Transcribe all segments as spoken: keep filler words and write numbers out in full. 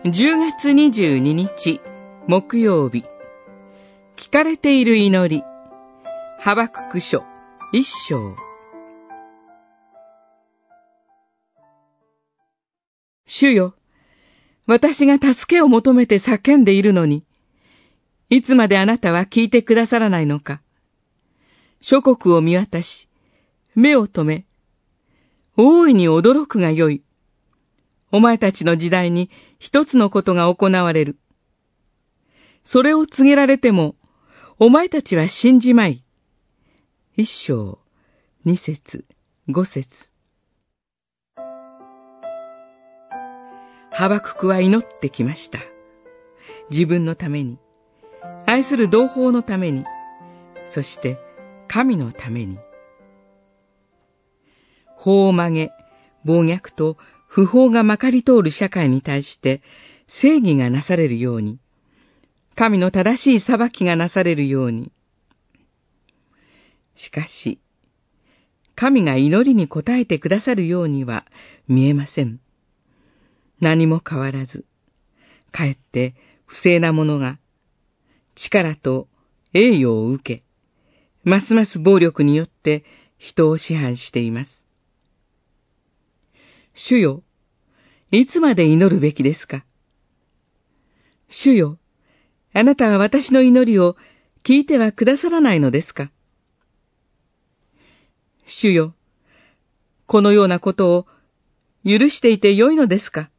じゅうがつにじゅうににち木曜日、聞かれている祈り、ハバクク書一章。主よ、私が助けを求めて叫んでいるのに、いつまであなたは聞いてくださらないのか。諸国を見渡し、目を留め、大いに驚くがよい。お前たちの時代に一つのことが行われる。それを告げられても、お前たちは信じまい。一章、二節、五節。ハバククは祈ってきました。自分のために、愛する同胞のために、そして神のために。法を曲げ、暴虐と不法がまかり通る社会に対して正義がなされるように、神の正しい裁きがなされるように。しかし、神が祈りに応えてくださるようには見えません。何も変わらず、かえって不正な者が力と栄誉を受け、ますます暴力によって人を支配しています。主よ、いつまで祈るべきですか。主よ、あなたは私の祈りを聞いてはくださらないのですか。主よ、このようなことを許していてよいのですか。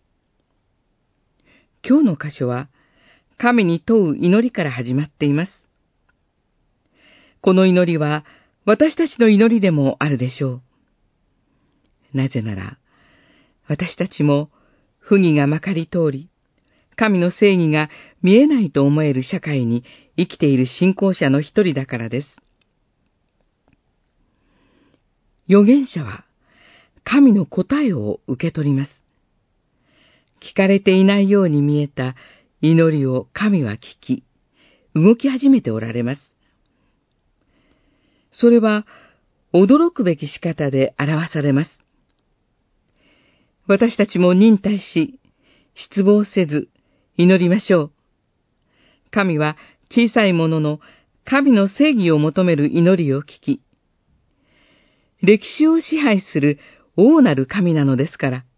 今日の箇所は、神に問う祈りから始まっています。この祈りは、私たちの祈りでもあるでしょう。なぜなら、私たちも不義がまかり通り、神の正義が見えないと思える社会に生きている信仰者の一人だからです。預言者は神の答えを受け取ります。聞かれていないように見えた祈りを神は聞き、動き始めておられます。それは驚くべき仕方で表されます。私たちも忍耐し、失望せず祈りましょう。神は小さいものの神の正義を求める祈りを聞き、歴史を支配する大なる神なのですから。